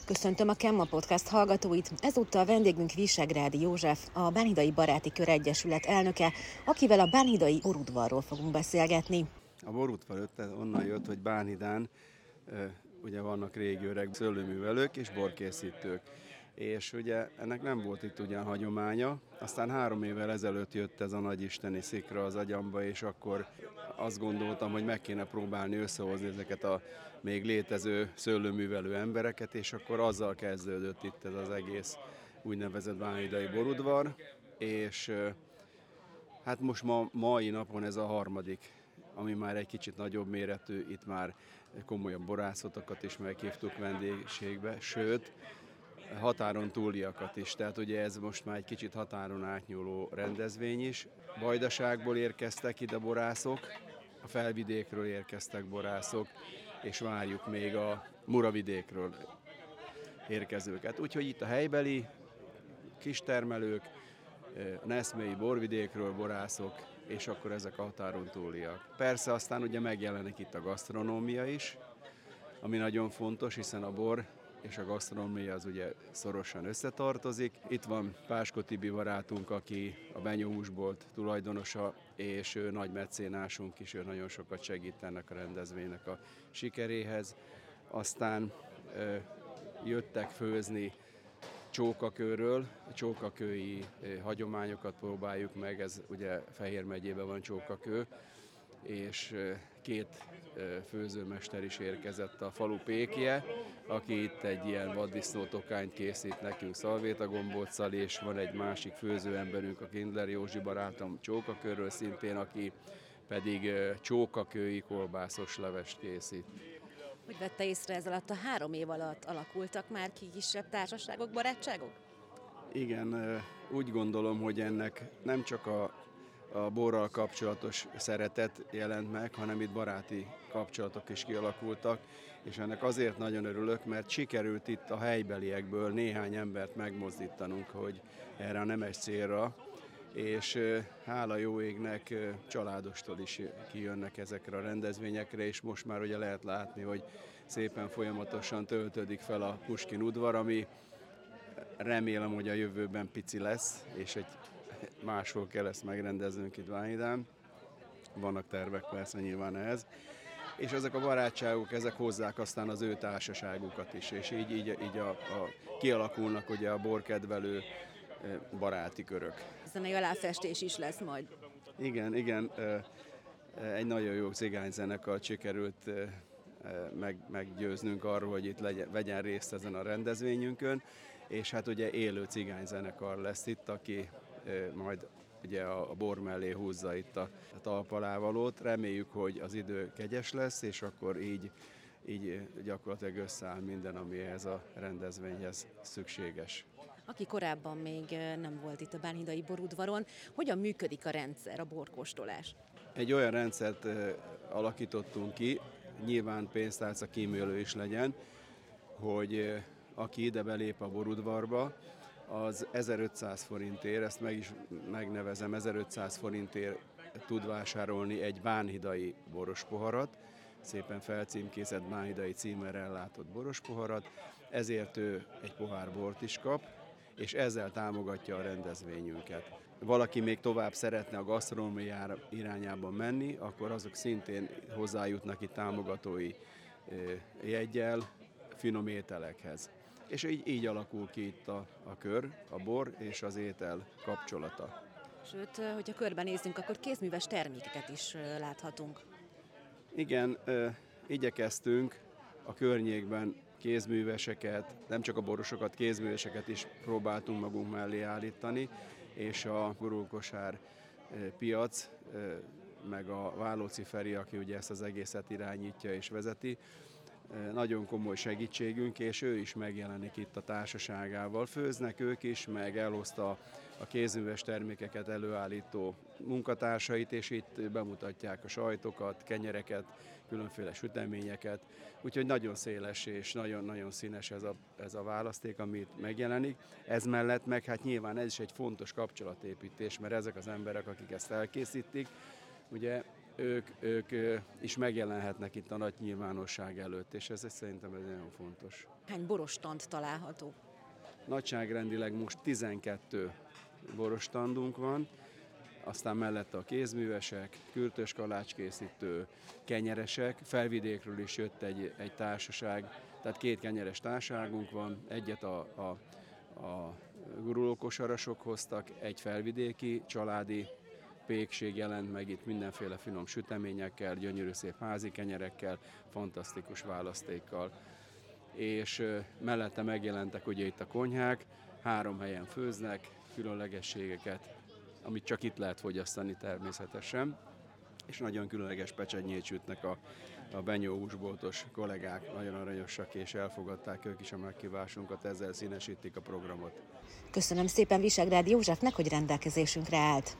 Köszöntöm a Kemma Podcast hallgatóit, ezúttal vendégünk Visegrádi József, a Bánhidai Baráti Kör Egyesület elnöke, akivel a bánhidai borudvarról fogunk beszélgetni. A borudvar onnan jött, hogy Bánhidán ugye vannak régi öreg szőlőművelők és borkészítők. És ugye ennek nem volt itt ugyan hagyománya, aztán 3 évvel ezelőtt jött ez a nagyisteni szikra az agyamba, és akkor azt gondoltam, hogy meg kéne próbálni összehozni ezeket a még létező szőlőművelő embereket, és akkor azzal kezdődött itt ez az egész úgynevezett bánhidai borudvar, és hát most mai napon ez a 3., ami már egy kicsit nagyobb méretű, itt már komolyabb borászatokat is meghívtuk vendégségbe, sőt, határon túliakat is, tehát ugye ez most már egy kicsit határon átnyúló rendezvény is. Vajdaságból érkeztek ide borászok, a Felvidékről érkeztek borászok, és várjuk még a Muravidékről érkezőket. Úgyhogy itt a helybeli kistermelők, a Neszmélyi borvidékről borászok, és akkor ezek a határon túliak. Persze aztán ugye megjelenik itt a gasztronómia is, ami nagyon fontos, hiszen a bor és a gasztronómia az ugye szorosan összetartozik. Itt van Páskó Tibi barátunk, aki a Benyó húsbolt tulajdonosa, és ő nagy mecénásunk is, ő nagyon sokat segít ennek a rendezvénynek a sikeréhez. Aztán jöttek főzni Csókakőről, a csókakői hagyományokat próbáljuk meg, ez ugye Fehér megyében van Csókakő, és 2 főzőmester is érkezett, a falu pékje, aki itt egy ilyen vaddisznótokányt készít nekünk szalvétagombóccal, és van egy másik főzőemberünk, a Kindler Józsi barátom Csókakőről szintén, aki pedig csókakői kolbászos levest készít. Hogy vette észre, ez alatt a 3 év alatt alakultak már ki kisebb társaságok, barátságok? Igen, úgy gondolom, hogy ennek nem csak a borral kapcsolatos szeretet jelent meg, hanem itt baráti kapcsolatok is kialakultak, és ennek azért nagyon örülök, mert sikerült itt a helybeliekből néhány embert megmozdítanunk, hogy erre a nemes célra, és hála jó égnek családostól is kijönnek ezekre a rendezvényekre, és most már ugye lehet látni, hogy szépen folyamatosan töltődik fel a Puskin udvar, ami remélem, hogy a jövőben pici lesz, és egy máshol kell ezt megrendeznünk itt Bánhidán. Vannak tervek persze nyilván ehhez. És ezek a barátságok, ezek hozzák aztán az ő társaságukat is, és így kialakulnak ugye a borkedvelő baráti körök. Zenei aláfestés is lesz majd. Igen, egy nagyon jó cigányzenekart sikerült meggyőznünk arról, hogy itt vegyen részt ezen a rendezvényünkön, és hát ugye élő cigányzenekar lesz itt, aki majd ugye a bor mellé húzza itt a talpalávalót. Reméljük, hogy az idő kegyes lesz, és akkor így gyakorlatilag összeáll minden, ami ehhez a rendezvényhez szükséges. Aki korábban még nem volt itt a bánhidai borudvaron, hogyan működik a rendszer, a borkóstolás? Egy olyan rendszert alakítottunk ki, nyilván pénztárca kímélő is legyen, hogy aki ide belép a borudvarba, az 1500 forintért, ezt meg is megnevezem, 1500 forintért tud vásárolni egy bánhidai borospoharat, szépen felcímkézett bánhidai címmel ellátott borospoharat, ezért ő egy pohár bort is kap, és ezzel támogatja a rendezvényünket. Valaki még tovább szeretne a gasztronómia irányában menni, akkor azok szintén hozzájutnak itt támogatói jeggyel finom ételekhez. És így alakul ki itt a kör, a bor és az étel kapcsolata. Sőt, hogyha körbenézzünk, akkor kézműves termékeket is láthatunk. Igen, igyekeztünk a környékben kézműveseket, nem csak a borosokat, kézműveseket is próbáltunk magunk mellé állítani, és a gurulkosár piac, meg a Vállóci Feri, aki ugye ezt az egészet irányítja és vezeti, nagyon komoly segítségünk, és ő is megjelenik itt a társaságával. Főznek ők is, meg elhozta a kézműves termékeket előállító munkatársait, és itt bemutatják a sajtokat, kenyereket, különféle süteményeket. Úgyhogy nagyon széles és nagyon színes ez a választék, amit megjelenik. Ez mellett meg hát nyilván ez is egy fontos kapcsolatépítés, mert ezek az emberek, akik ezt elkészítik, ugye ők is megjelenhetnek itt a nagy nyilvánosság előtt, és ez szerintem ez nagyon fontos. Hány borostand található? Nagyságrendileg most 12 borostandunk van, aztán mellette a kézművesek, kürtös kalácskészítő, kenyeresek, Felvidékről is jött egy társaság, tehát 2 kenyeres társaságunk van, egyet a gurulókosarasok hoztak, egy felvidéki családi pékség jelent meg itt mindenféle finom süteményekkel, gyönyörű szép házi kenyerekkel, fantasztikus választékkal. És mellette megjelentek ugye itt a konyhák, 3 helyen főznek különlegességeket, amit csak itt lehet fogyasztani természetesen, és nagyon különleges pecsenyét sütnek a Benyó húsboltos kollégák, nagyon aranyosak, és elfogadták ők is a meghívásunkat, ezzel színesítik a programot. Köszönöm szépen Visegrádi Józsefnek, hogy rendelkezésünkre állt.